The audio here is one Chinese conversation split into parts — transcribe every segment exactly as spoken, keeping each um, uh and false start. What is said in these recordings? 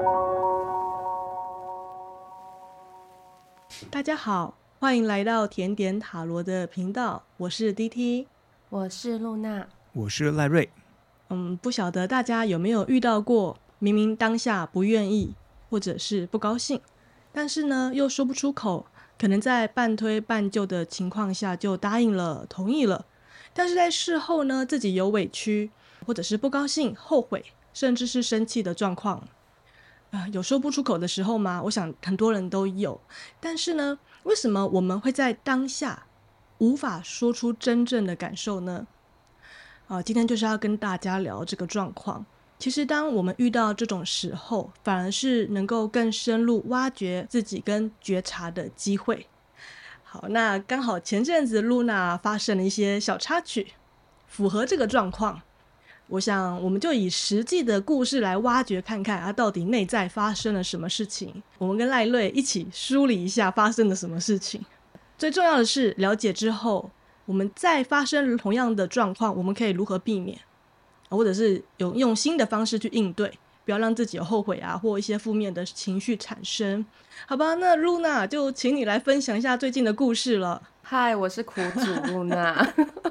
大家好，欢迎来到甜点塔罗的频道，我是 D T， 我是露娜， 我是赖瑞。 嗯，不晓得大家有没有遇到过，明明当下不愿意或者是不高兴，但是呢又说不出口，可能在半推半就的情况下就答应了同意了，但是在事后呢自己有委屈或者是不高兴后悔甚至是生气的状况、呃、有说不出口的时候吗？我想很多人都有，但是呢为什么我们会在当下无法说出真正的感受呢？啊，今天就是要跟大家聊这个状况。其实当我们遇到这种时候，反而是能够更深入挖掘自己跟觉察的机会。好，那刚好前阵子露娜发生了一些小插曲，符合这个状况。我想我们就以实际的故事来挖掘看看，啊，到底内在发生了什么事情。我们跟赖瑞一起梳理一下发生了什么事情。最重要的是了解之后，我们再发生同样的状况，我们可以如何避免，或者是有用新的方式去应对，不要让自己有后悔啊或一些负面的情绪产生。好吧，那露娜就请你来分享一下最近的故事了。 嗨，我是苦主露娜。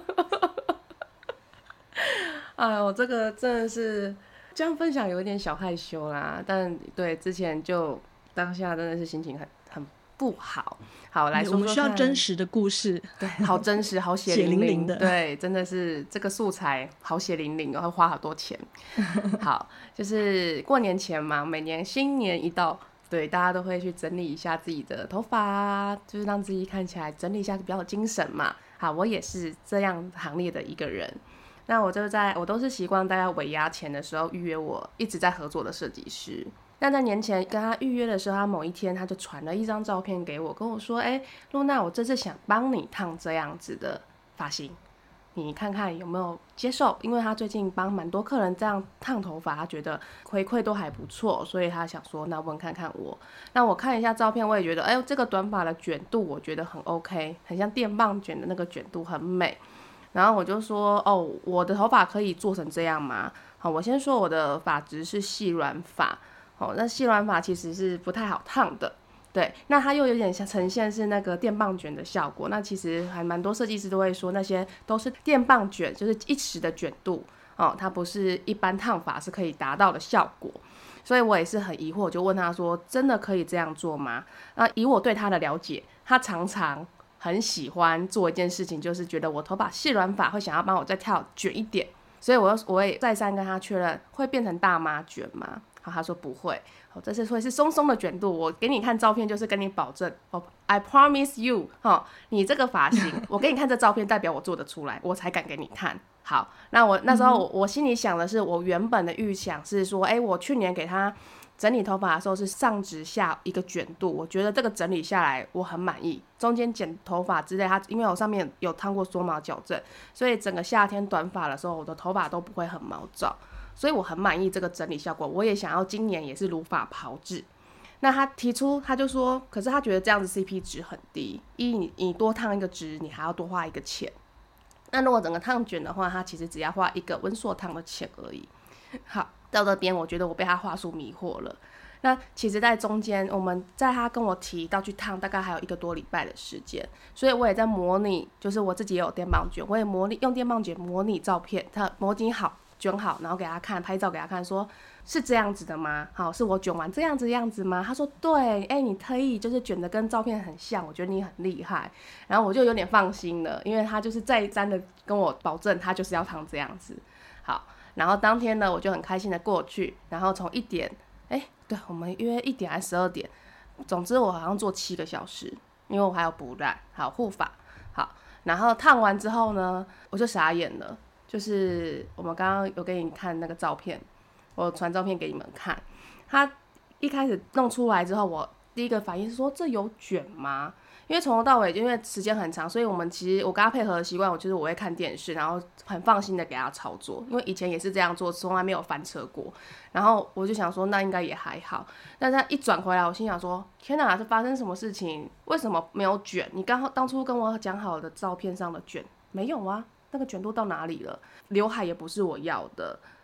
哎呦，这个真的是这样分享有一点小害羞啦，但对之前就当下真的是心情很很不好。好，来说说看， 我们需要真实的故事， 对，好真实，好血淋淋的，对，真的是这个素材好血淋淋，要花好多钱。好，就是过年前嘛，每年新年一到，对，大家都会去整理一下自己的头发，就是让自己看起来整理一下比较有精神嘛。好，我也是这样行列的一个人。那我就在我都是习惯大概尾牙前的时候预约我一直在合作的设计师。那在年前跟他预约的时候，他某一天他就传了一张照片给我，跟我说：“哎，露娜，我这次想帮你烫这样子的发型，你看看有没有接受？因为他最近帮蛮多客人这样烫头发，他觉得回馈都还不错，所以他想说，那问看看我。那我看一下照片，我也觉得，哎，这个短发的卷度我觉得很 OK， 很像电棒卷的那个卷度，很美。然后我就说，哦，我的头发可以做成这样吗？好，我先说我的发质是细软发。”哦，那细软发其实是不太好烫的，对，那它又有点像呈现是那个电棒卷的效果。那其实还蛮多设计师都会说那些都是电棒卷，就是一时的卷度哦，它不是一般烫发是可以达到的效果。所以我也是很疑惑，就问他说：“真的可以这样做吗？”那以我对他的了解，他常常很喜欢做一件事情，就是觉得我头发细软发会想要帮我再跳卷一点，所以我我也再三跟他确认，会变成大妈卷吗？好，他说不会，好，这次会是松松的卷度。我给你看照片，就是跟你保证，哦 ，I promise you， 哈，你这个发型，我给你看这照片，代表我做得出来，我才敢给你看。好，那我那时候我我心里想的是，我原本的预想是说，哎，我去年给他整理头发的时候是上直下一个卷度，我觉得这个整理下来我很满意。中间剪头发之类，它因为我上面有烫过缩毛矫正，所以整个夏天短发的时候，我的头发都不会很毛躁。所以我很满意这个整理效果，我也想要今年也是如法炮制。那他提出，他就说，可是他觉得这样子 C P 值很低，一你你多烫一个值，你还要多花一个钱。那如果整个烫卷的话，他其实只要花一个温硕烫的钱而已。好，到这边我觉得我被他话术迷惑了。那其实在中间，我们在他跟我提到去烫，大概还有一个多礼拜的时间，所以我也在模拟，就是我自己也有电棒卷，我也模拟用电棒卷模拟照片，他模拟好卷好，然后给他看，拍照给他看，说是这样子的吗？好，是我卷完这样子样子吗？他说对，哎，你可以就是卷的跟照片很像，我觉得你很厉害。然后我就有点放心了，因为他就是再三的跟我保证，他就是要烫这样子。好，然后当天呢，我就很开心的过去，然后从一点，哎，对，我们约一点还是十二点，总之我好像做七个小时，因为我还有补染，还有护发。好，然后烫完之后呢，我就傻眼了。就是我们刚刚有给你看那个照片，我传照片给你们看。他一开始弄出来之后，我第一个反应是说这有卷吗？因为从头到尾，因为时间很长，所以我们其实我跟他配合的习惯，我就是我会看电视，然后很放心的给他操作，因为以前也是这样做，从来没有翻车过。然后我就想说，那应该也还好。但是他一转回来，我心想说，天哪，是发生什么事情？为什么没有卷？你刚好当初跟我讲好的照片上的卷没有啊？那个卷度到哪里了？刘海也不是我要的。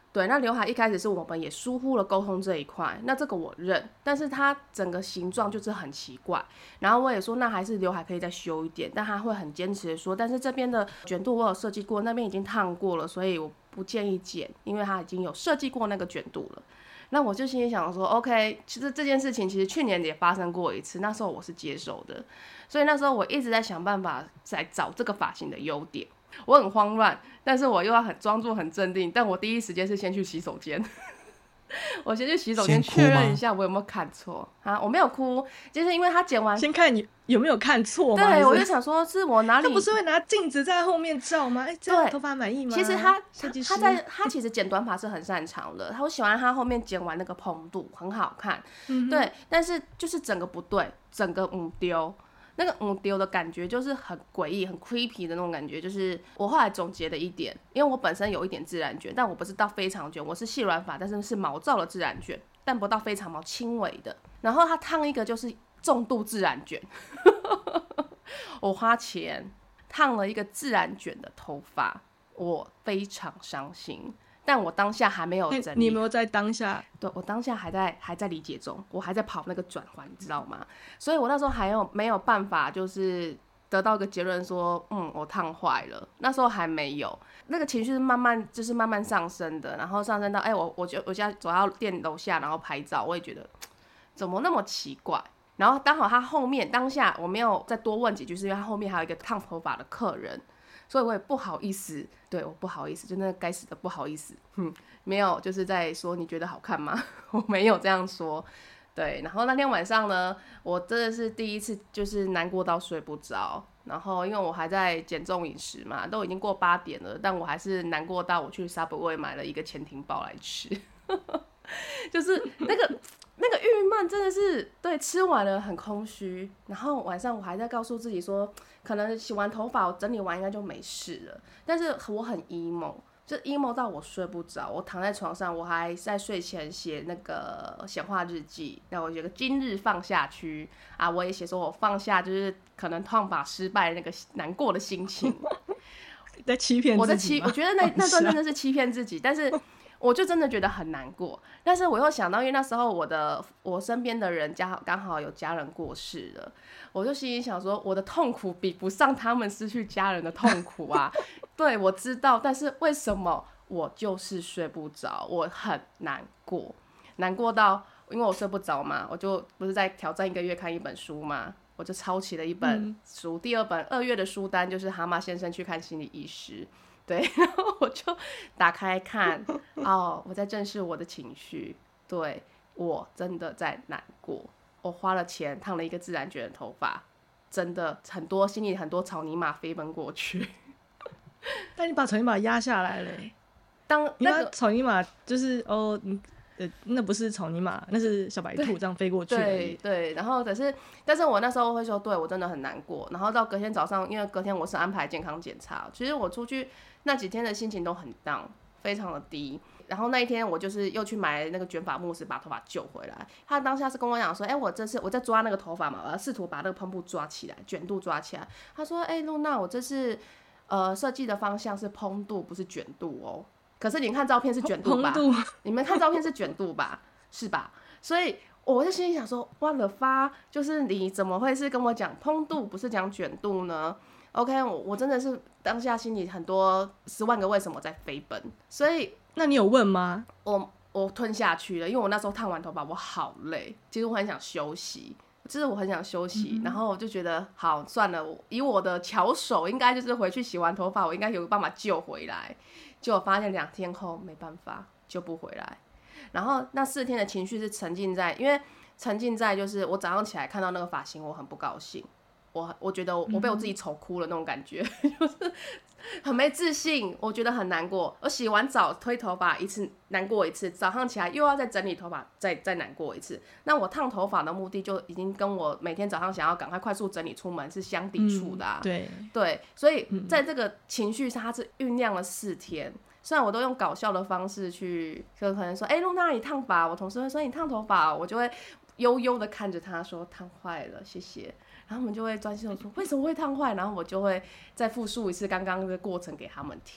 对，那刘海一开始是我们也疏忽了沟通这一块，那这个我认，但是它整个形状就是很奇怪。然后我也说，那还是刘海可以再修一点，但他会很坚持的说，但是这边的卷度我有设计过，那边已经烫过了，所以我不建议剪，因为他已经有设计过那个卷度了。那我就心里想说 ，OK， 其实这件事情其实去年也发生过一次，那时候我是接受的，所以那时候我一直在想办法在找这个发型的优点。我很慌乱，但是我又要很装作很镇定，但我第一时间是先去洗手间我先去洗手间确认一下我有没有看错啊，我没有哭，就是因为他剪完先看你有没有看错吗？ 对，我就想说是我哪里， 他不是会拿镜子在后面照吗？哎、欸，这样头发满意吗？ 其实他他他在他其实剪短发是很擅长的，他我喜欢他后面剪完那个蓬度很好看，嗯、对，但是就是整个不对，整个唔丢。那个嗯丢的感觉就是很诡异、很 creepy 的那种感觉，就是我后来总结的一点，因为我本身有一点自然卷，但我不是到非常卷，我是细软发，但是是毛躁的自然卷，但不到非常毛，轻微的。然后他烫一个就是重度自然卷，我花钱烫了一个自然卷的头发，我非常伤心。但我当下还没有整理， 你有没有在当下？ 对，我当下还在还在理解中，我还在跑那个转环，你知道吗？所以我那时候还有没有办法，就是得到一个结论说，嗯，我烫坏了。那时候还没有，那个情绪是慢慢就是慢慢上升的，然后上升到，哎、欸，我我就我现在走到店楼下，然后拍照，我也觉得怎么那么奇怪。然后刚好他后面当下我没有再多问几句，是因为他后面还有一个烫头发的客人。所以我也不好意思，对，我不好意思，就那个该死的不好意思，哼，没有，就是在说你觉得好看吗？我没有这样说，对。然后那天晚上呢，我真的是第一次就是难过到睡不着，然后因为我还在减重饮食嘛，都已经过八点了，但我还是难过到我去 Subway 买了一个潜艇堡来吃，就是那个。那个郁闷真的是对，吃完了很空虚，然后晚上我还在告诉自己说，可能洗完头发我整理完应该就没事了，但是我很 emo， 就 emo 到我睡不着，我躺在床上，我还在睡前写那个显化日记，然后我有个今日放下区啊，我也写说我放下就是可能烫发失败那个难过的心情， 在欺骗自己吗？ 我在欺，我觉得那那段真的是欺骗自己，但是。我就真的觉得很难过，但是我又想到，因为那时候我的我身边的人家刚好有家人过世了，我就心里想说，我的痛苦比不上他们失去家人的痛苦啊。对，我知道，但是为什么我就是睡不着？我很难过，难过到因为我睡不着嘛，我就不是在挑战一个月看一本书嘛，我就抄起了一本书，嗯、第二本二月的书单就是《蛤蟆先生去看心理医师》。对，然后我就打开看，哦，我在正视我的情绪，对，我真的在难过，我花了钱烫了一个自然卷的头发，真的很多心里很多草泥马飞奔过去。 但你把草泥马压下来了， 当、那个、 你把草泥马就是哦，呃，那不是草泥马，那是小白兔这样飞过去而已。 对对，然后可是，但是我那时候会说，对我真的很难过。然后到隔天早上，因为隔天我是安排健康检查，其实我出去那几天的心情都很 down， 非常的低。然后那一天我就是又去买那个卷发慕斯，把头发救回来。他当下是跟我讲说，哎、欸，我这次我在抓那个头发嘛，我要试图把那个喷布抓起来，卷度抓起来。他说，哎、欸，露娜，我这次呃设计的方向是蓬度，不是卷度哦。可是你看照片是卷度吧？度你们看照片是卷度吧？是吧？所以我就心里想说，哇了发，就是你怎么会是跟我讲蓬度，不是讲卷度呢 ？OK， 我我真的是当下心里很多十万个为什么在飞奔，所以那你有问吗？ 我我吞下去了，因为我那时候烫完头发，我好累，其实我很想休息。就是我很想休息，嗯、然后我就觉得好算了，以我的巧手，应该就是回去洗完头发，我应该有办法救回来。结果发现两天后没办法救不回来，然后那四天的情绪是沉浸在，因为沉浸在就是我早上起来看到那个发型，我很不高兴，我我觉得我被我自己丑哭了那种感觉，嗯、就是很没自信，我觉得很难过。我洗完澡推头发一次难过一次，早上起来又要再整理头发，再再难过一次。那我烫头发的目的就已经跟我每天早上想要赶快快速整理出门是相抵触的啊。 嗯、对对，所以在这个情绪上，它是酝酿了四天。虽然我都用搞笑的方式去，就可能说，哎、欸，露娜你烫发，我同事会说你烫头发，我就会悠悠的看着他说烫坏了，谢谢。然后他们就会专心的说为什么会烫坏，然后我就会再复述一次刚刚的过程给他们听。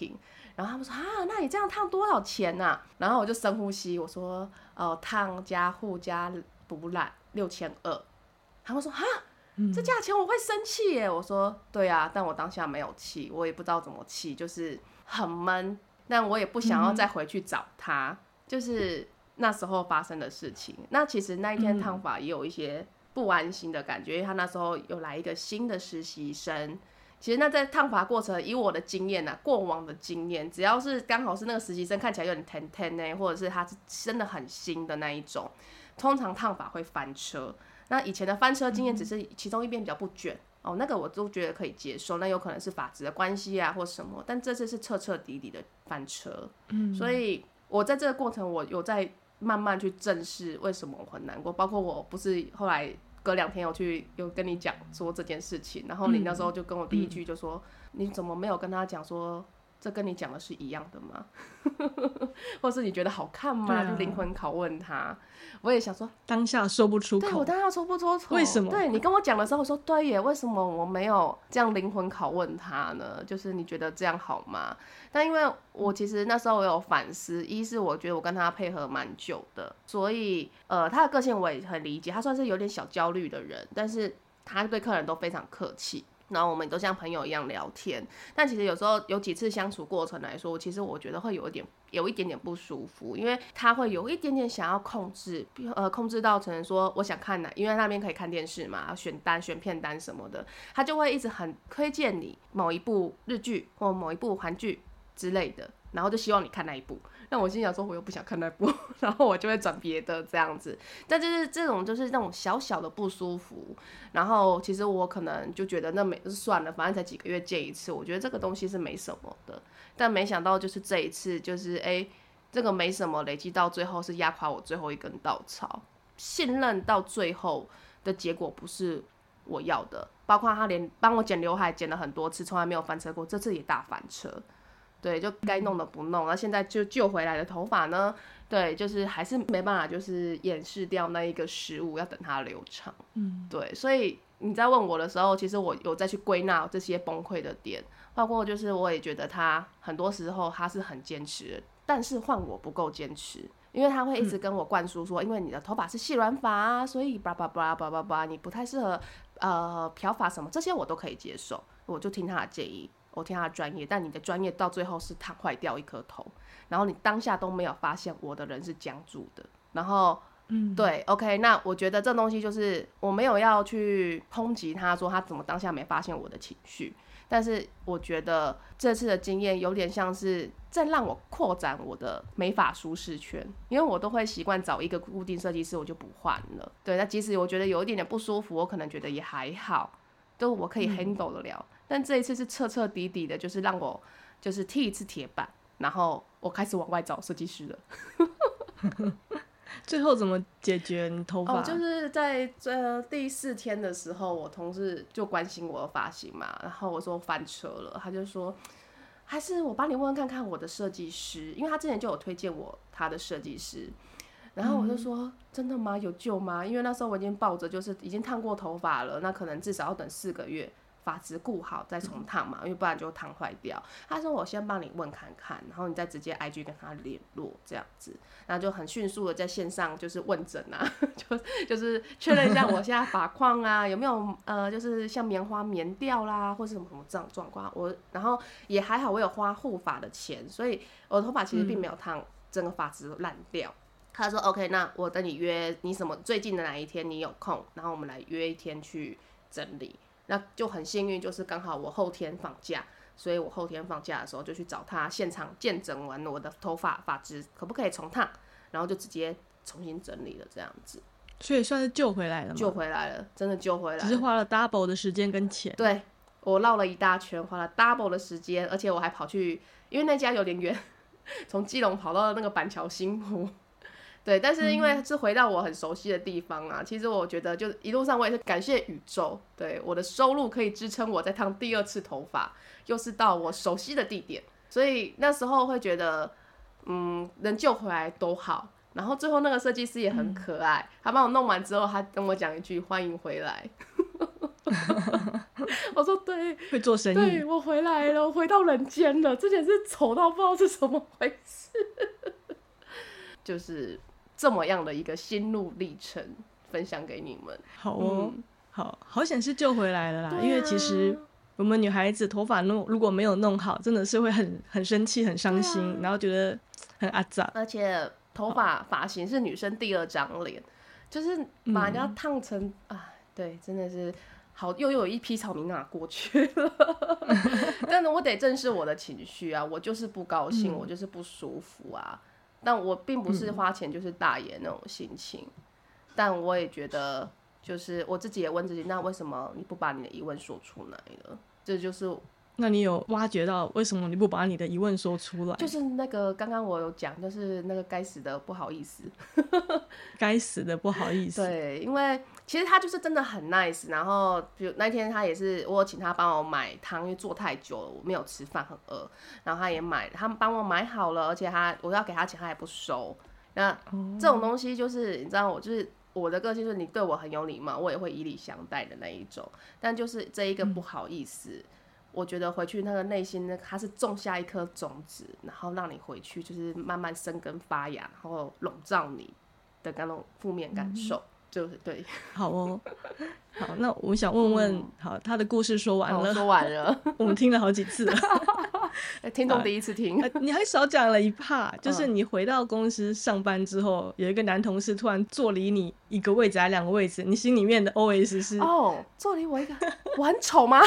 然后他们说啊，那你这样烫多少钱啊？然后我就深呼吸，我说呃，烫加护加补染六千二。他们说啊，这价钱我会生气耶。我说对啊，但我当下没有气，我也不知道怎么气，就是很闷，但我也不想要再回去找他，嗯、就是那时候发生的事情。那其实那一天烫发也有一些不安心的感觉，因为他那时候有来一个新的实习生。其实那在烫发过程，以我的经验啊，过往的经验，只要是刚好是那个实习生看起来有点甜甜呢，或者是他是真的很新的那一种，通常烫发会翻车。那以前的翻车经验只是其中一边比较不卷、嗯、哦，那个我都觉得可以接受，那有可能是发质的关系啊或什么，但这次是彻彻底底的翻车。嗯，所以我在这个过程，我有在慢慢去正视为什么我很难过，包括我不是后来。隔两天我去有跟你讲说这件事情，然后你那时候就跟我第一句就说、嗯、你怎么没有跟他讲说这跟你讲的是一样的吗？或是你觉得好看吗？啊、就灵魂拷问他。我也想说当下说不出口， 对，我当下说不出口， 为什么？ 对，你跟我讲的时候我说对耶，为什么我没有这样灵魂拷问他呢？就是你觉得这样好吗？但因为我其实那时候我有反思，一是我觉得我跟他配合蛮久的，所以呃他的个性我也很理解，他算是有点小焦虑的人，但是他对客人都非常客气，然后我们都像朋友一样聊天。但其实有时候有几次相处过程来说，其实我觉得会有一点有一点点不舒服，因为他会有一点点想要控制，呃，控制到成说我想看哪，因为那边可以看电视嘛，选单、选片单什么的，他就会一直很推荐你某一部日剧或某一部韩剧之类的，然后就希望你看那一部。那我心想说我又不想看那部，然后我就会转别的这样子。但就是这种就是那种小小的不舒服，然后其实我可能就觉得那没算了，反正才几个月见一次，我觉得这个东西是没什么的。但没想到就是这一次就是哎、欸，这个没什么累积到最后是压垮我最后一根稻草。信任到最后的结果不是我要的，包括他连帮我剪刘海剪了很多次，从来没有翻车过，这次也大翻车。对，就该弄的不弄，那现在就救回来的头发呢？对，就是还是没办法，就是掩饰掉那一个失误，要等它留长。嗯，对，所以你在问我的时候，其实我有再去归纳这些崩溃的点，包括就是我也觉得他很多时候他是很坚持的，但是换我不够坚持。因为他会一直跟我灌输说、嗯，因为你的头发是细软发啊，所以叭叭叭叭叭叭，你不太适合呃漂发什么，这些我都可以接受，我就听他的建议。我听他的专业，但你的专业到最后是烫坏掉一颗头，然后你当下都没有发现我的人是僵住的，然后，嗯，对 ，OK， 那我觉得这东西就是我没有要去抨击他说他怎么当下没发现我的情绪，但是我觉得这次的经验有点像是在让我扩展我的美发舒适圈，因为我都会习惯找一个固定设计师，我就不换了。对，那即使我觉得有一点点不舒服，我可能觉得也还好，都我可以 handle 得了。嗯，但这一次是彻彻底底的，就是让我就是踢一次铁板，然后我开始往外找设计师了。 最后怎么解决你头发？ 哦，就是在这第四天的时候，我同事就关心我的发型嘛，然后我说翻车了，他就说还是我帮你问问看看我的设计师，因为他之前就有推荐我他的设计师。然后我就说、嗯、真的吗？有救吗？因为那时候我已经抱着就是已经烫过头发了，那可能至少要等四个月发质顾好再重烫嘛，因为不然就烫坏掉。他说我先帮你问看看，然后你再直接 I G 跟他联络这样子，然后就很迅速的在线上就是问诊啊，就就是确认一下我现在发况啊有没有呃就是像棉花棉掉啦，或是什么什么这样状况。我然后也还好，我有花护发的钱，所以我的头发其实并没有烫整个发质烂掉。他说 OK， 那我等你约你什么最近的哪一天你有空，然后我们来约一天去整理。那就很幸运，就是刚好我后天放假，所以我后天放假的时候就去找他现场见证完我的头发发质可不可以重烫，然后就直接重新整理了这样子。 所以算是救回来了吗？ 救回来了，真的救回来了， 只是花了 double 的时间跟钱。 对，我绕了一大圈，花了 double 的时间，而且我还跑去，因为那家有点远，从基隆跑到那个板桥新湖。对，但是因为是回到我很熟悉的地方啊、嗯、其实我觉得就一路上我也是感谢宇宙，对，我的收入可以支撑我再烫第二次头发，又是到我熟悉的地点，所以那时候会觉得嗯，能救回来都好。然后最后那个设计师也很可爱、嗯、他帮我弄完之后他跟我讲一句欢迎回来我说对， 会做生意， 对，我回来了，我回到人间了，这简直是丑到不知道是怎么回事。就是这么样的一个心路历程分享给你们。 好哦、 嗯、 好好险是救回来了啦、 啊、 因为其实我们女孩子头发弄如果没有弄好，真的是会很很生气很伤心、啊、然后觉得很阿杂。 而且头发发型是女生第二张脸，就是把人家烫成、嗯、啊，对，真的是好，又有一批草民啊过去了。但是我得正视我的情绪啊，我就是不高兴、嗯、我就是不舒服啊，但我并不是花钱就是大爷那种心情、嗯、但我也觉得就是我自己也问自己，那为什么你不把你的疑问说出来了？这就是那你有挖掘到为什么你不把你的疑问说出来？ 就是那个刚刚我有讲，就是那个该死的不好意思。 该死的不好意思。 对，因为其实他就是真的很 nice， 然后比如那天他也是我有请他帮我买汤，因为做太久了我没有吃饭很饿，然后他也买他帮我买好了，而且他我要给他钱他也不收。那这种东西就是你知道，我就是我的个性就是你对我很有礼貌，我也会以礼相待的那一种，但就是这一个不好意思、嗯、我觉得回去那个内心呢，它是种下一颗种子，然后让你回去就是慢慢生根发芽，然后笼罩你的那种负面感受、嗯、就是对。 好哦，好，那我想问问、嗯、好，他的故事说完了、 哦、说完了。 我们听了好几次了。 听众第一次听、 啊啊、你还少讲了一 part， 就是你回到公司上班之后、嗯、有一个男同事突然坐离你一个位置还两个位置，你心里面的 O S 是哦，坐离我一个我很丑吗？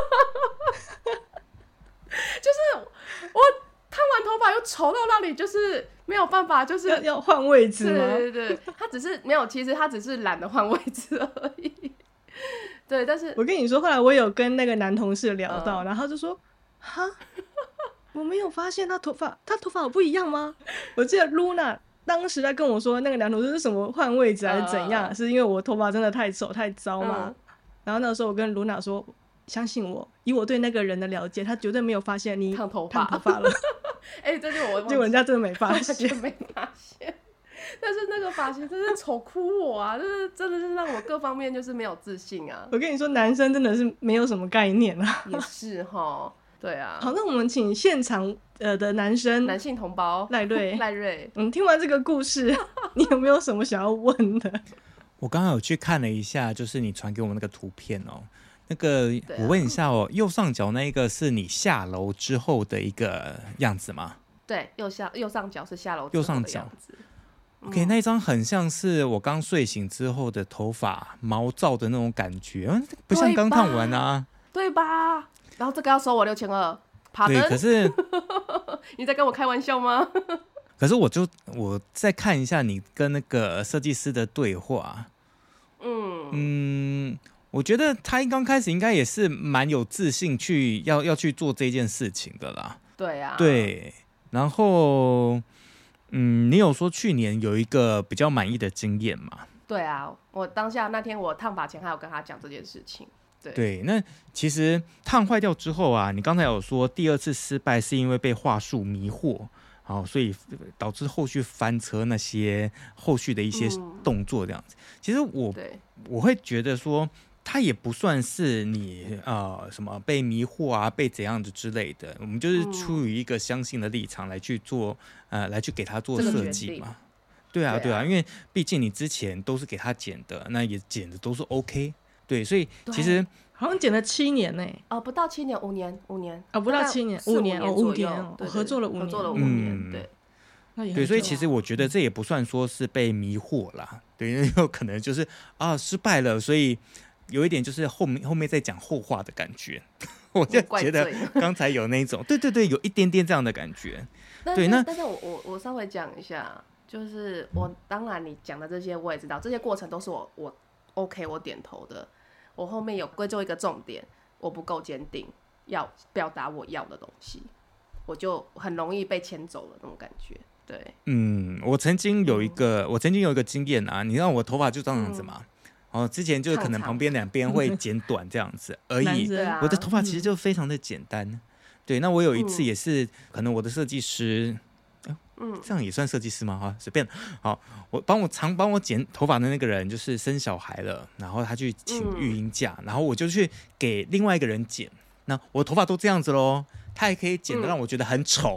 就是我烫完头发又丑到那里，就是没有办法，就是要换位置吗？ 对对对，他只是没有，其实他只是懒得换位置而已。对，但是我跟你说，后来我有跟那个男同事聊到、嗯、然后他就说哈我没有发现他头发他头发有不一样吗？我记得 Luna 当时在跟我说那个男同事是什么换位置还是怎样、嗯、是因为我头发真的太丑太糟嘛、嗯、然后那个时候我跟 Luna 说，相信我，以我对那个人的了解，他绝对没有发现你烫头发烫头发了。 哎、欸，这就我结果人家真的没发现， 没发现。但是那个发型真是丑哭我啊！就是真的是让我各方面就是没有自信啊。 我跟你说，男生真的是没有什么概念啊。 也是齁，对啊。 好，那我们请现场呃的男生男性同胞赖瑞赖瑞， 嗯，听完这个故事，你有没有什么想要问的？ 我刚刚有去看了一下，就是你传给我那个图片哦。那个、啊、我问一下哦，右上角那一个是你下楼之后的一个样子吗？ 对，右下右上角是下楼之后的样子。 OK， 那一张很像是我刚睡醒之后的头发毛躁的那种感觉，不像刚烫完啊， 对吧？然后这个要收我六千二， 对，可是你在跟我开玩笑吗？ 可是我就我再看一下你跟那个设计师的对话，嗯嗯，我觉得他刚开始应该也是蛮有自信去要要去做这件事情的啦。 对啊， 对，然后。嗯，你有说去年有一个比较满意的经验吗？ 对啊，我当下那天我烫发前还有跟他讲这件事情。对对，那其实烫坏掉之后啊，你刚才有说第二次失败是因为被话术迷惑，好，所以导致后续翻车那些后续的一些动作这样子。嗯、其实我我会觉得说。它也不算是你呃什么被迷惑啊，被怎样的之类的，我们就是出于一个相信的立场来去做，呃，来去给他做设计嘛。对啊，对啊，因为毕竟你之前都是给他剪的，那也剪的都是 OK， 对，所以其实好像剪了七年呢、欸， 哦，不到七年，五年，五年， 啊、哦，不到七年，五年，哦，五年， 我合作了五年， 合作了五年， 嗯、 对。 对，所以其实我觉得这也不算说是被迷惑啦，对，因为有可能就是啊失败了，所以。有一点就是后面后面在讲后话的感觉，我就觉得刚才有那种，对对对，有一点点这样的感觉。对，那但是我我我稍微讲一下，就是我当然你讲的这些我也知道，这些过程都是我我 OK 我点头的。我后面有归咎一个重点，我不够坚定，要表达我要的东西，我就很容易被牵走了那种感觉。对， 嗯，我曾经有一个，嗯、我曾经有一个经验啊，你知道我头发就这样子嘛。嗯哦，之前就可能旁边两边会剪短这样子而已， 啊、 我的头发其实就非常的简单。嗯、对，那我有一次也是，嗯、可能我的设计师， 嗯， 这样也算设计师吗？哈，随便。好，我帮我常帮我剪头发的那个人就是生小孩了，然后他去请育婴假，嗯、然后我就去给另外一个人剪。那我头发都这样子咯，他也可以剪得让我觉得很丑。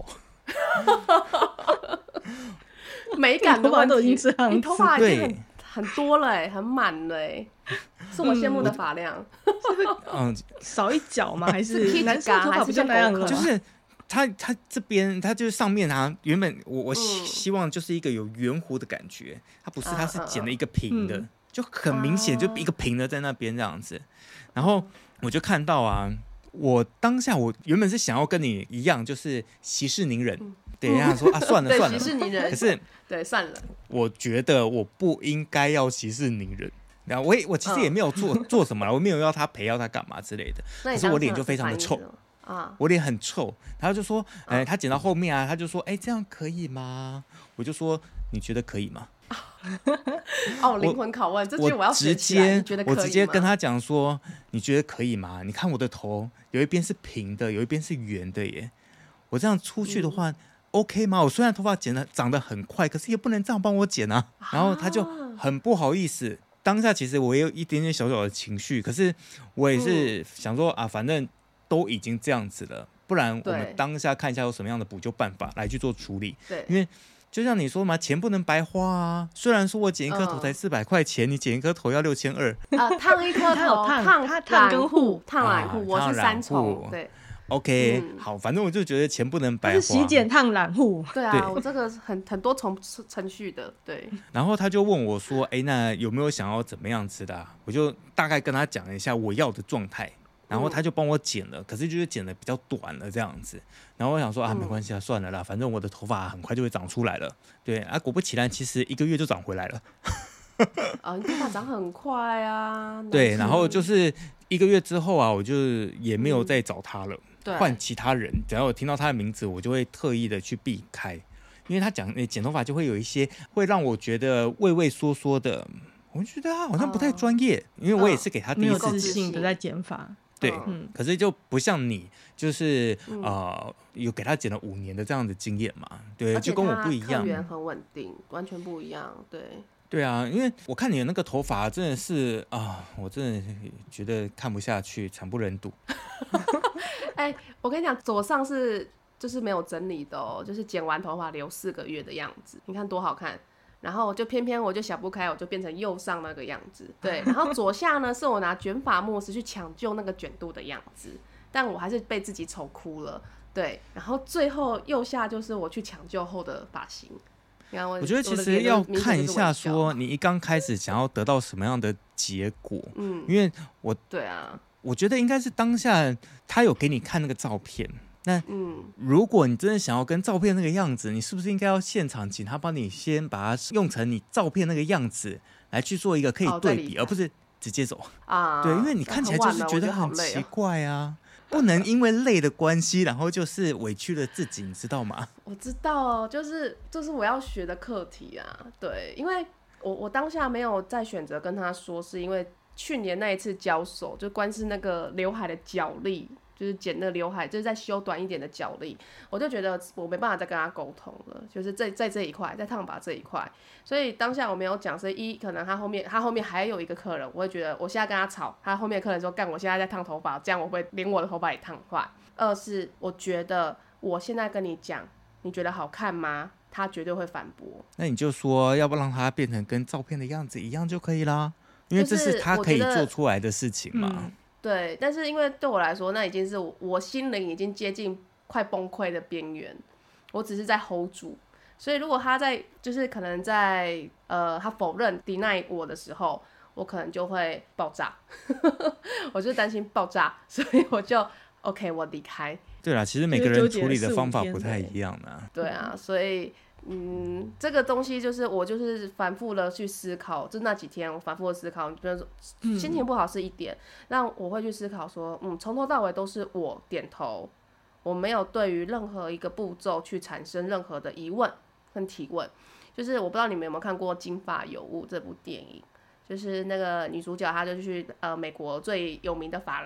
嗯、美感的问题，你头发已经很很多了、欸，很满了、欸，是我羡慕的发量。 嗯，少一角吗？还是男生头发不就那样了？ 就是。他他这边他就是上面啊，原本我我希望就是一个有圆弧的感觉，他不是，他是剪了一个平的，嗯、就很明显就一个平的在那边这样子。然后我就看到啊，我当下我原本是想要跟你一样，就是息事宁人，等一下说啊算了算了， 息事宁人。 可是对算了， 我觉得我不应该要息事宁人。然后我也我其实也没有做、嗯、做什么啦，我没有要他陪要他干嘛之类的，可是我脸就非常的臭。啊、我脸很臭，他就说，哎、欸，他剪到后面啊，他就说，哎、欸，这样可以吗？我就说，你觉得可以吗？ 哦，灵魂拷问，这句我要学起来。你觉得可以吗？ 我直接跟他讲说，你觉得可以吗？你看我的头，有一边是平的，有一边是圆的耶。我这样出去的话、嗯、，OK 吗？我虽然头发剪得长得很快，可是也不能这样帮我剪啊。然后他就很不好意思。当下其实我也有一点点小小的情绪，可是我也是想说、嗯、啊，反正。都已经这样子了，不然我们当下看一下有什么样的补救办法来去做处理。 对， 因为就像你说嘛，钱不能白花啊。虽然说我剪一颗头才四百块钱，嗯、你剪一颗头要六千二。 啊，烫一颗头，烫它烫跟护，烫染护，我是三重。对 ，OK，、嗯、好，反正我就觉得钱不能白花。 是洗剪烫染护。 对啊，对我这个很很多重程序的，对。 然后他就问我说：“哎，那有没有想要怎么样子的、啊？”我就大概跟他讲一下我要的状态。然后他就帮我剪了、嗯，可是就是剪的比较短了这样子。然后我想说啊，没关系啊，算了啦，反正我的头发很快就会长出来了。对啊，果不其然，其实一个月就长回来了。 啊，你头发长很快啊。 对，然后就是一个月之后啊，我就也没有再找他了，换、嗯、其他人。只要我听到他的名字，我就会特意的去避开，因为他讲剪头发就会有一些会让我觉得畏畏缩缩的，我就觉得他好像不太专业、呃，因为我也是给他第一次自信的在剪发。 对、嗯，可是就不像你，就是、嗯、呃，有给他剪了五年的这样的经验嘛，对，就跟我不一样， 客源很稳定，完全不一样，对。 对啊，因为我看你的那个头发真的是啊，我真的觉得看不下去，惨不忍睹。 哎、欸，我跟你讲，左上是就是没有整理的哦，就是剪完头发留四个月的样子，你看多好看。然后就偏偏我就想不开，我就变成右上那个样子，对。然后左下呢，是我拿卷发慕斯去抢救那个卷度的样子，但我还是被自己丑哭了，对。然后最后右下就是我去抢救后的发型。你看我， 我觉得其实要看一下，说你一刚开始想要得到什么样的结果，嗯，因为我对啊， 我觉得应该是当下他有给你看那个照片。那如果你真的想要跟照片那个样子，你是不是应该要现场请他帮你先把它用成你照片那个样子来去做一个可以对比，哦、而不是直接走啊？对，因为你看起来就是觉得很奇怪啊，不能因为累的关系，然后就是委屈了自己，你知道吗？ 我知道，就是就是我要学的课题啊。对，因为我我当下没有再选择跟他说，是因为去年那一次交手，就光是那个刘海的角力。就是剪那个刘海，就是再修短一点的角力，我就觉得我没办法再跟他沟通了，就是在在这一块，在烫发这一块，所以当下我没有讲，是一可能他后面他后面还有一个客人，我会觉得我现在跟他吵，他后面的客人说干，我现在在烫头发，这样我会连我的头发也烫坏。二是我觉得我现在跟你讲，你觉得好看吗？他绝对会反驳。 那你就说要不让他变成跟照片的样子一样就可以啦，因为这是他可以做出来的事情嘛。就是对，但是因为对我来说，那已经是 我, 我心灵已经接近快崩溃的边缘，我只是在 hold 住。所以如果他在就是可能在呃他否认 deny 我的时候，我可能就会爆炸，我就担心爆炸，所以我就 OK 我离开。 对啦，其实每个人处理的方法不太一样啊。 对啊，所以。嗯，这个东西就是我就是反复的去思考，就那几天我反复的思考，比如说心情不好是一点，那、嗯、我会去思考说，嗯，从头到尾都是我点头，我没有对于任何一个步骤去产生任何的疑问跟提问。就是我不知道你们有没有看过《金发尤物》这部电影，就是那个女主角她就去呃美国最有名的发廊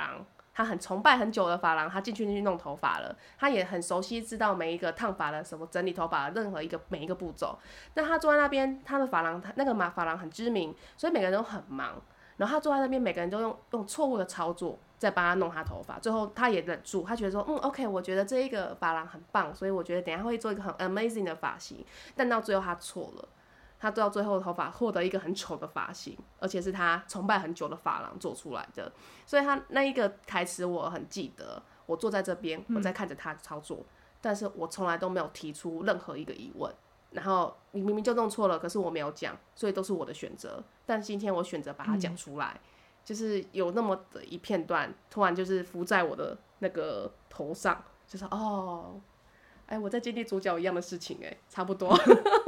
他很崇拜很久的发廊，他进去去弄头发了，他也很熟悉知道每一个烫发的什么整理头发的任何一个每一个步骤。但他坐在那边，他的发廊那个马发廊很知名，所以每个人都很忙。然后他坐在那边，每个人都用用错误的操作在帮他弄他头发，最后他也忍住，他觉得说，嗯 ，OK， 我觉得这一个发廊很棒，所以我觉得等一下会做一个很 amazing 的发型。但到最后他错了。他到最后头发获得一个很丑的发型，而且是他崇拜很久的发廊做出来的，所以他那一个台词我很记得。我坐在这边，我在看着他操作，嗯、但是我从来都没有提出任何一个疑问。然后你明明就弄错了，可是我没有讲，所以都是我的选择。但今天我选择把它讲出来，嗯、就是有那么的一片段，突然就是浮在我的那个头上，就是哦，哎，我在经历主角一样的事情，哎，差不多。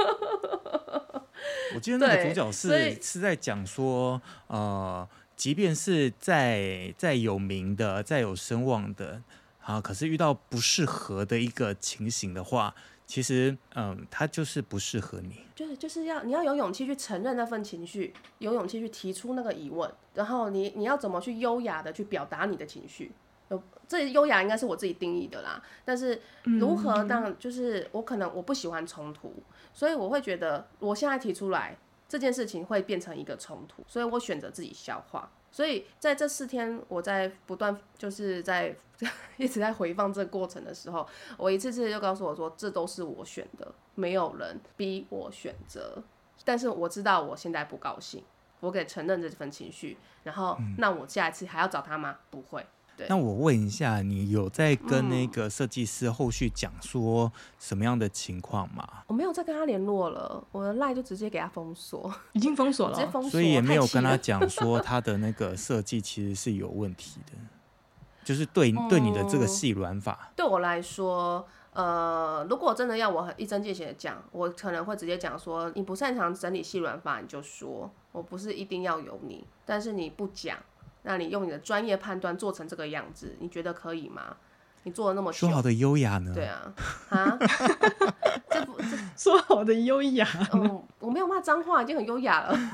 我记得那个主角是是在讲说，呃，即便是在在有名的、在有声望的啊，可是遇到不适合的一个情形的话，其实，嗯，他就是不适合你。 就是就是要你要有勇气去承认那份情绪，有勇气去提出那个疑问，然后你你要怎么去优雅的去表达你的情绪。这优雅应该是我自己定义的啦，但是如何让就是我可能我不喜欢冲突，所以我会觉得我现在提出来这件事情会变成一个冲突，所以我选择自己消化。所以在这四天我在不断就是在一直在回放这个过程的时候，我一次次就告诉我说，这都是我选的，没有人逼我选择。但是我知道我现在不高兴，我可以承认这份情绪，然后、嗯、那我下一次还要找他吗？不会。 那我问一下，你有在跟那个设计师后续讲说什么样的情况吗？ 嗯、我没有再跟他联络了，我的 LINE 就直接给他封锁， 已经封锁了， 直接封锁， 所以也没有跟他讲说他的那个设计其实是有问题的，就是对对你的这个细软法、 嗯。对我来说，呃，如果真的要我很一针见血的讲，我可能会直接讲说，你不擅长整理细软法，你就说，我不是一定要有你，但是你不讲。那你用你的专业判断做成这个样子，你觉得可以吗？你做了那么久， 说好的优雅呢？ 对啊，啊，这不这说好的优雅， 嗯，我没有骂脏话，已经很优雅了。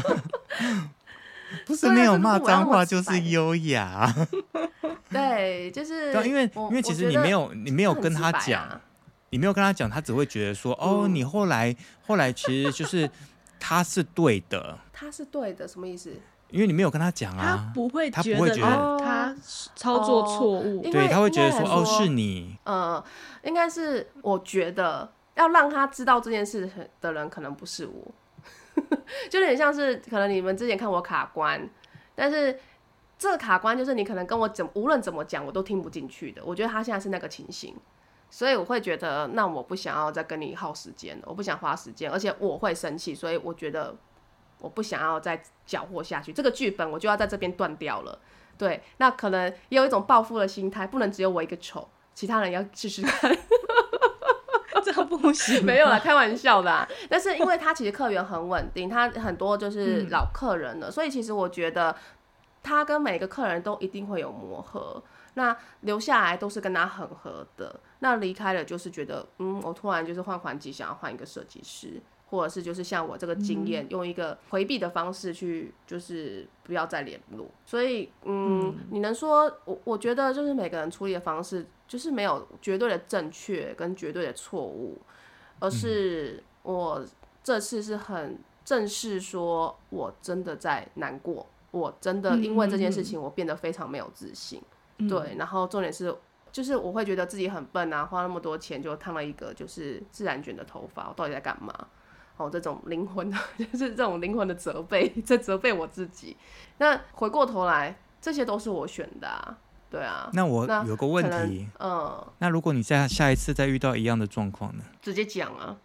不是没有骂脏话就是优雅。 对，就是对，因为因为其实你没有你没有跟他讲、啊，你没有跟他讲，他只会觉得说，哦，嗯、你后来后来其实就是他是对的， 他是对的，什么意思？ 因为你没有跟他讲啊， 他不会觉得他操作错误， 哦、 对，他会觉得说哦是你， 呃，应该是我觉得要让他知道这件事的人可能不是我，就有点像是可能你们之前看我卡关，但是这个卡关就是你可能跟我怎无论怎么讲我都听不进去的，我觉得他现在是那个情形，所以我会觉得那我不想要再跟你耗时间了，我不想花时间，而且我会生气，所以我觉得。我不想要再搅和下去，这个剧本我就要在这边断掉了。对，那可能也有一种报复的心态，不能只有我一个丑，其他人要试试看。 这样不行， 没有啦，开玩笑的、啊。但是因为他其实客源很稳定，他很多就是老客人了、嗯，所以其实我觉得他跟每个客人都一定会有磨合。那留下来都是跟他很合的，那离开了就是觉得，嗯，我突然就是换环境，想要换一个设计师。或者是就是像我这个经验、嗯，用一个回避的方式去，就是不要再联络。所以，嗯，嗯你能说，我我觉得就是每个人处理的方式，就是没有绝对的正确跟绝对的错误，而是我这次是很正视说，我真的在难过，我真的因为这件事情，我变得非常没有自信。嗯、对，然后重点是。就是我会觉得自己很笨啊，花那么多钱就烫了一个就是自然卷的头发，我到底在干嘛？哦，这种灵魂的，就是这种灵魂的责备，在责备我自己。那回过头来，这些都是我选的啊，对啊。 那我有个问题，嗯，那如果你在下一次再遇到一样的状况呢？ 直接讲啊，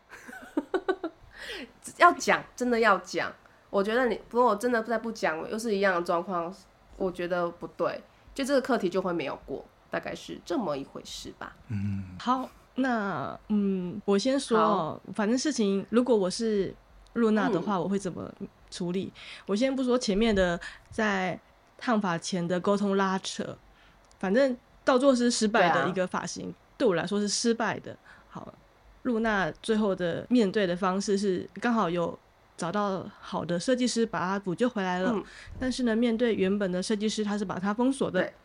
要讲，真的要讲。我觉得你如果真的再不讲，又是一样的状况，我觉得不对，就这个课题就会没有过。大概是这么一回事吧。 嗯，好，那嗯，我先说哦，反正事情如果我是露娜的话、嗯，我会怎么处理？我先不说前面的在烫发前的沟通拉扯，反正到最后是失败的一个发型， 对,、啊、对我来说是失败的。好，露娜最后的面对的方式是刚好有找到好的设计师把它补救回来了、嗯，但是呢，面对原本的设计师，他是把它封锁的。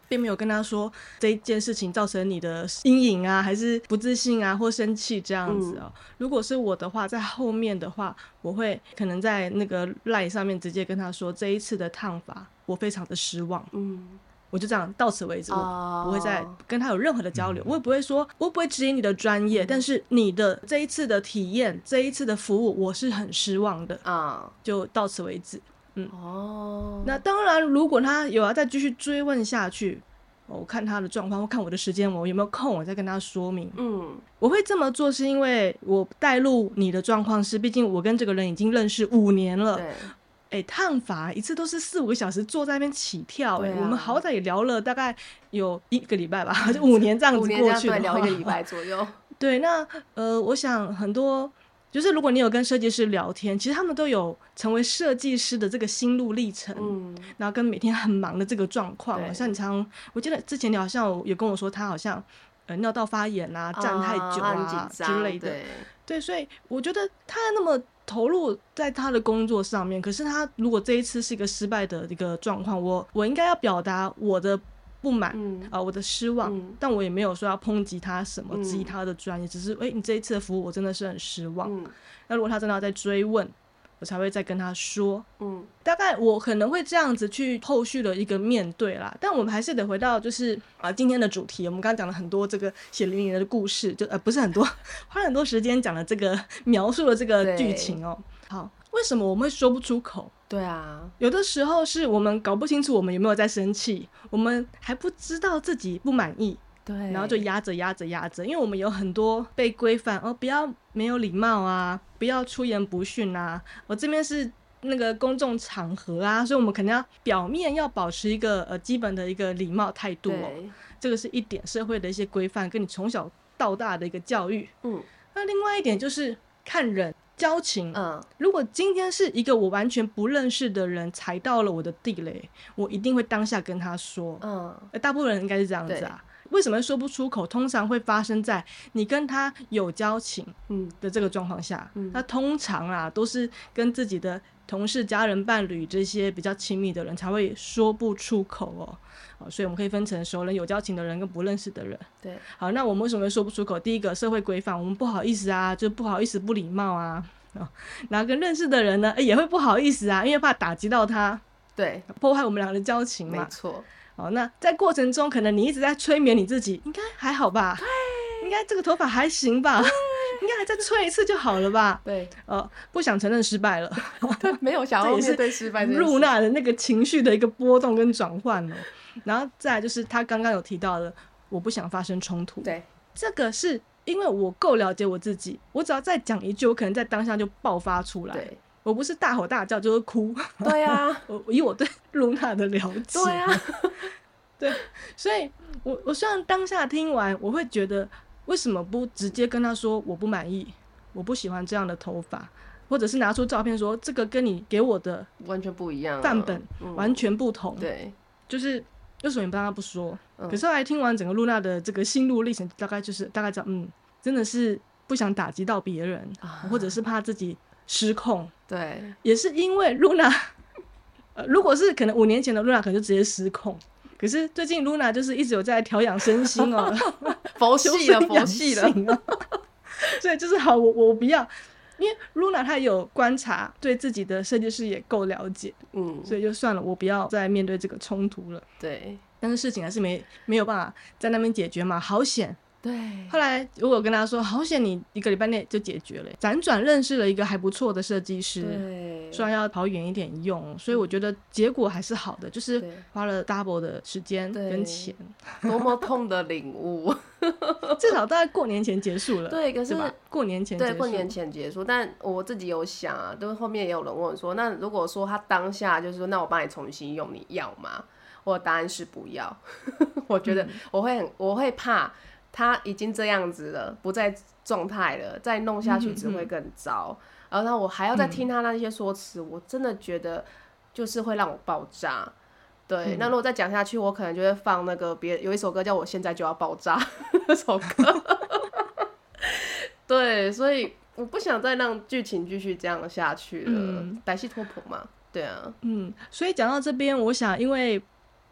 并没有跟他说这一件事情造成你的阴影啊，还是不自信啊，或生气这样子哦。嗯、如果是我的话，在后面的话，我会可能在那个 LINE 上面直接跟他说，这一次的烫发我非常的失望。嗯。我就这样到此为止，我不会再跟他有任何的交流，我也不会说，我不会质疑你的专业，但是你的这一次的体验，这一次的服务，我是很失望的啊，就到此为止。嗯，哦，那当然，如果他有要再继续追问下去，我看他的状况，或看我的时间，我有没有空，我再跟他说明。嗯，我会这么做是因为我带入你的状况是，毕竟我跟这个人已经认识五年了。对。哎，烫发一次都是四五个小时，坐在那边起跳。哎、啊，我们好歹也聊了大概有一个礼拜吧，就五年这样子过去的话， 对，聊一个礼拜左右。 对，那呃，我想很多就是如果你有跟设计师聊天，其实他们都有成为设计师的这个心路历程，嗯，然后跟每天很忙的这个状况。像你常，我记得之前你好像有跟我说，他好像呃尿道发炎啊，站太久啊、啊之类的。对，对，所以我觉得他那么投入在他的工作上面，可是他如果这一次是一个失败的一个状况，我我应该要表达我的不满，嗯呃、我的失望，嗯、但我也没有说要抨击他什么，质疑他的专业，只是哎，你这一次的服务我真的是很失望。嗯、那如果他真的要再追问，我才会再跟他说，嗯，大概我可能会这样子去后续的一个面对啦。但我们还是得回到就是啊今天的主题，我们刚刚讲了很多这个血淋淋的故事，就呃不是很多，花了很多时间讲了这个描述了这个剧情哦。好，为什么我们会说不出口？ 对啊， 有的时候是我们搞不清楚我们有没有在生气，我们还不知道自己不满意。对，然后就压着压着压着，因为我们有很多被规范哦，不要没有礼貌啊，不要出言不逊啊，我这边是那个公众场合啊，所以我们可能要表面要保持一个呃基本的一个礼貌态度哦，这个是一点社会的一些规范，跟你从小到大的一个教育。嗯，那另外一点就是看人交情。嗯，如果今天是一个我完全不认识的人踩到了我的地雷，我一定会当下跟他说。嗯，大部分人应该是这样子啊。为什么说不出口？通常会发生在你跟他有交情的这个状况下。嗯，他通常啊都是跟自己的同事、家人、伴侣这些比较亲密的人才会说不出口哦。哦，所以我们可以分成熟人、有交情的人跟不认识的人。对，好，那我们为什么会说不出口？第一个，社会规范，我们不好意思啊，就不好意思不礼貌啊。哦，然后跟认识的人呢，也会不好意思啊，因为怕打击到他，对，破坏我们俩的交情嘛。 没错。 哦，那在过程中，可能你一直在催眠你自己，应该还好吧？应该这个头发还行吧？应该还再吹一次就好了吧？对，呃，不想承认失败了， 对，没有想要面对失败这件事， 露娜的那个情绪的一个波动跟转换哦。然后再来就是他刚刚有提到的，我不想发生冲突。对，这个是因为我够了解我自己，我只要再讲一句，我可能在当下就爆发出来。对。我不是大吼大叫就是哭。 对啊， 我以我对露娜的了解。 对啊， 对，所以我我虽然当下听完，我会觉得为什么不直接跟他说我不满意，我不喜欢这样的头发，或者是拿出照片说这个跟你给我的完全不一样， 范本完全不同。 嗯、对， 就是为什么你不让他不说？嗯、可是后来听完整个露娜的这个心路历程，大概就是大概知道，嗯，真的是不想打击到别人，啊、或者是怕自己失控。 对， 也是因为露娜、呃，如果是可能五年前的露娜，可能就直接失控。可是最近露娜就是一直有在调养身心哦， 佛系了，佛系了， 所以就是好，我我不要，因为露娜她有观察，对自己的设计师也够了解，嗯，所以就算了，我不要再面对这个冲突了。对，但是事情还是没没有办法在那边解决嘛，好险。对，后来如果跟他说好险你一个礼拜内就解决了，辗转认识了一个还不错的设计师，对，虽然要跑远一点用，所以我觉得结果还是好的，就是花了 double 的时间跟钱。 多么痛的领悟。 至少大概过年前结束了。 对，可是对吧过年前结束， 对，过年前结束。但我自己有想啊，就是后面也有人问我说，那如果说他当下就是说，那我帮你重新用，你要吗？我的答案是不要。我觉得我会很，我会怕。他已经这样子了，不在状态了，再弄下去只会更糟。嗯嗯、然后我还要再听他那些说辞，嗯、我真的觉得就是会让我爆炸。对，嗯、那如果再讲下去，我可能就会放那个别有一首歌叫我现在就要爆炸那首歌。对，所以我不想再让剧情继续这样下去了。歹戏拖棚嘛，对啊。 嗯，所以讲到这边，我想因为。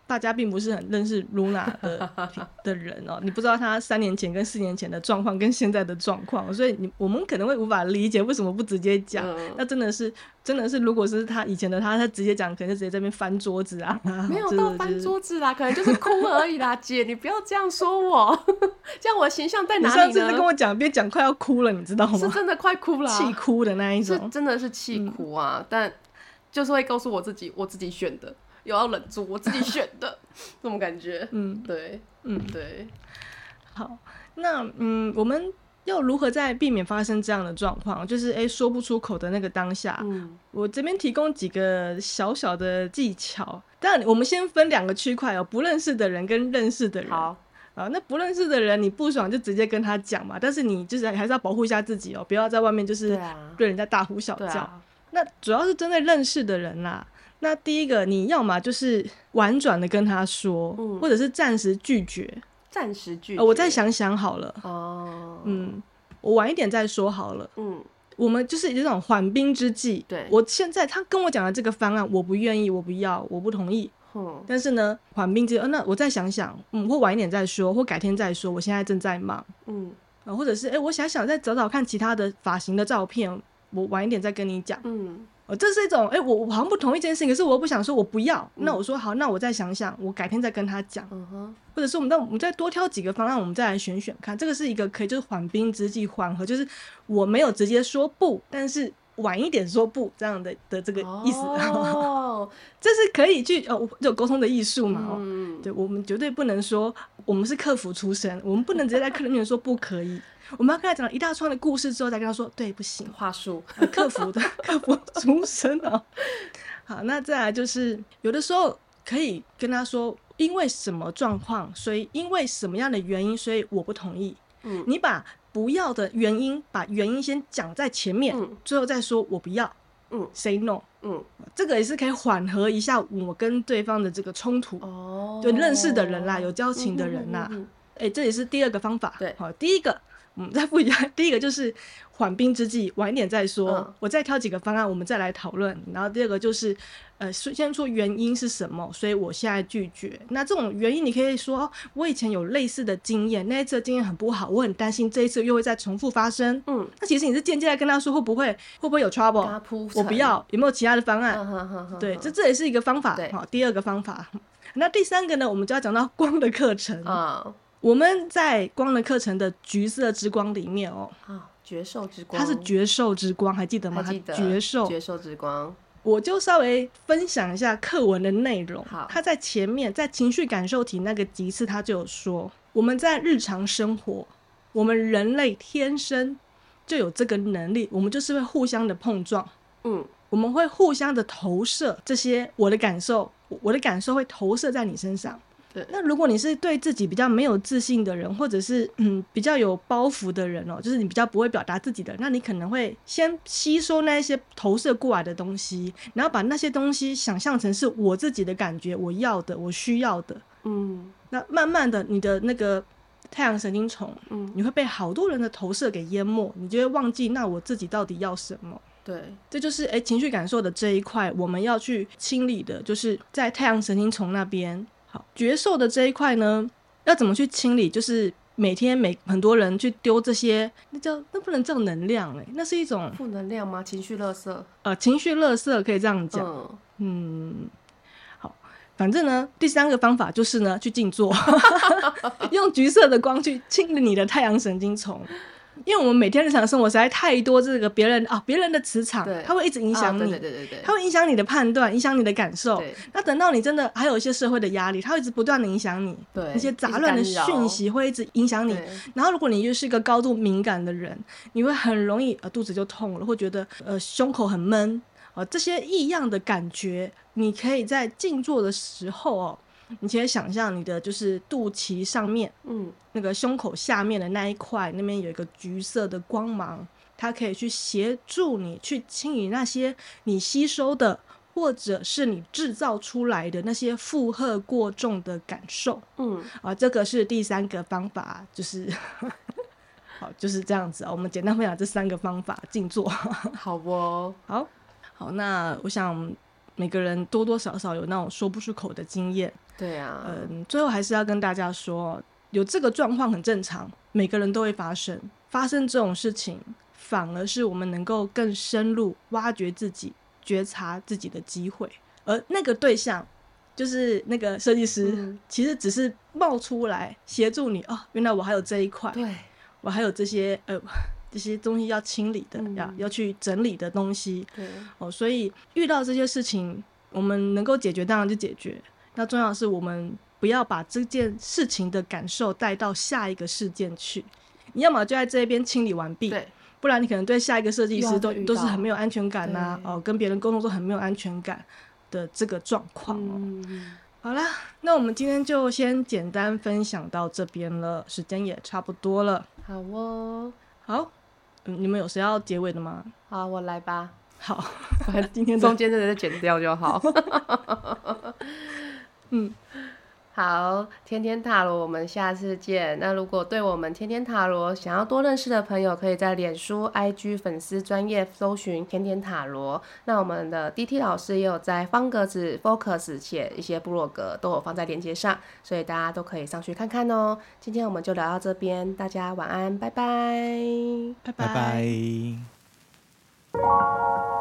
大家并不是很认识 Luna 的的人哦，你不知道他三年前跟四年前的状况跟现在的状况，所以你我们可能会无法理解为什么不直接讲、嗯、那真的是真的是如果是他以前的他他直接讲可能就直接在那边翻桌子啊， 没有到翻桌子啦、就是、可能就是哭而已啦姐你不要这样说我这样我的形象在哪里呢？ 你上次跟我讲边讲快要哭了你知道吗？ 是真的快哭了、啊、 气哭的那一种， 是真的是气哭啊、嗯、但就是会告诉我自己我自己选的有要忍住我自己选的这种感觉。嗯，对，嗯对。 好，那嗯，我们要如何在避免发生这样的状况，就是哎说不出口的那个当下、嗯、我这边提供几个小小的技巧。当然我们先分两个区块哦，不认识的人跟认识的人。 好啊，那不认识的人你不爽就直接跟他讲嘛，但是你就是还是要保护一下自己哦，不要在外面就是对人家大呼小叫、啊、那主要是针对认识的人啦。那第一个你要嘛就是婉转的跟他说、嗯、或者是暂时拒绝暂时拒绝、 呃、我再想想好了哦，嗯，我晚一点再说好了，嗯，我们就是这种缓兵之计。 对， 我现在他跟我讲的这个方案我不愿意我不要我不同意，嗯，但是呢缓兵之计、呃、那我再想想，嗯，或晚一点再说或改天再说，我现在正在忙，嗯、呃、或者是哎，我想想再找找看其他的发型的照片，我晚一点再跟你讲，嗯，哦，这是一种哎、欸，我我好像不同意这件事情，可是我又不想说我不要、嗯、那我说好，那我再想想，我改天再跟他讲、嗯、或者是我们再我们再多挑几个方案，我们再来选选看，这个是一个可以就是缓兵之计，缓和，就是我没有直接说不，但是晚一点说不这样的的这个意思，哦，这是可以去哦，有沟通的艺术嘛，哦、嗯，对，我们绝对不能说我们是客服出身，我们不能直接在客人面前说不可以。我们要跟他讲一大串的故事之后再跟他说对不行， 话术、 呃、客服的客服出身哦。好，那再来就是有的时候可以跟他说因为什么状况，所以因为什么样的原因，所以我不同意、嗯、你把不要的原因把原因先讲在前面、嗯、最后再说我不要，嗯 say no， 嗯，这个也是可以缓和一下我跟对方的这个冲突哦，就认识的人啦，有交情的人啦，哎、嗯嗯欸，这也是第二个方法。 对， 好，第一个嗯，再不一样，第一个就是缓兵之计，晚一点再说、嗯、我再挑几个方案我们再来讨论。然后第二个就是呃，先说原因是什么，所以我现在拒绝。那这种原因你可以说、哦、我以前有类似的经验，那一次的经验很不好，我很担心这一次又会再重复发生。嗯，那其实你是间接来跟他说会不会会不会有 trouble， 我不要，有没有其他的方案、嗯、呵呵呵，对，这这也是一个方法。好，第二个方法。那第三个呢，我们就要讲到光的课程。嗯，我们在光的课程的橘色之光里面哦， 哦，绝兽之光， 它是绝兽之光，还记得吗？ 还记得， 绝兽， 绝兽之光。 我就稍微分享一下课文的内容。好，他在前面在情绪感受题那个集次他就有说，我们在日常生活，我们人类天生就有这个能力，我们就是会互相的碰撞，嗯，我们会互相的投射这些我的感受，我的感受会投射在你身上。对，那如果你是对自己比较没有自信的人，或者是嗯比较有包袱的人哦，就是你比较不会表达自己的人，那你可能会先吸收那些投射过来的东西，然后把那些东西想象成是我自己的感觉，我要的，我需要的。嗯，那慢慢的你的那个太阳神经丛，嗯，你会被好多人的投射给淹没，你就会忘记那我自己到底要什么。对，这就是哎情绪感受的这一块我们要去清理的，就是在太阳神经丛那边。好，绝兽的这一块呢要怎么去清理，就是每天每很多人去丢这些，那叫那不能叫能量，欸，那是一种负能量吗？情绪垃圾， 呃，情绪垃圾可以这样讲。嗯, 嗯好，反正呢第三个方法就是呢去静坐用橘色的光去清理你的太阳神经丛，因为我们每天日常生活实在太多这个别人啊，别人的磁场，它会一直影响你，啊，对对对对，它会影响你的判断，影响你的感受。那等到你真的还有一些社会的压力，它会一直不断的影响你，对，那些杂乱的讯息会一直影响你。然后如果你又是一个高度敏感的人，你会很容易呃肚子就痛了，或觉得呃胸口很闷，呃这些异样的感觉，你可以在静坐的时候哦。你可以想象你的就是肚脐上面，嗯，那个胸口下面的那一块，那边有一个橘色的光芒，它可以去协助你去清理那些你吸收的或者是你制造出来的那些负荷过重的感受。嗯，啊，这个是第三个方法，就是好，就是这样子啊。我们简单分享这三个方法，静坐。 好哦， 好好，那我想每个人多多少少有那种说不出口的经验。 对啊， 嗯，最后还是要跟大家说，有这个状况很正常，每个人都会发生。发生这种事情，反而是我们能够更深入挖掘自己、觉察自己的机会。而那个对象，就是那个设计师，嗯、其实只是冒出来协助你哦，原来我还有这一块， 对， 我还有这些呃这些东西要清理的，嗯、要要去整理的东西。 对， 哦，所以遇到这些事情，我们能够解决当然就解决。那重要的是我们不要把这件事情的感受带到下一个事件去。你要么就在这边清理完毕， 对， 不然你可能对下一个设计师都都是很没有安全感呐、啊，哦，跟别人沟通都很没有安全感的这个状况哦。嗯、好啦，那我们今天就先简单分享到这边了，时间也差不多了。 好哦， 好，嗯，你们有谁要结尾的吗？ 好，我来吧。 好，反正今天中间的剪掉就好。嗯，好，天天塔罗，我们下次见。那如果对我们天天塔罗想要多认识的朋友，可以在脸书、I G 粉丝专页搜寻天天塔罗。那我们的 D T 老师也有在方格子 Focus 写一些部落格，都有放在链接上，所以大家都可以上去看看哦。今天我们就聊到这边，大家晚安，拜拜， 拜拜。 拜拜。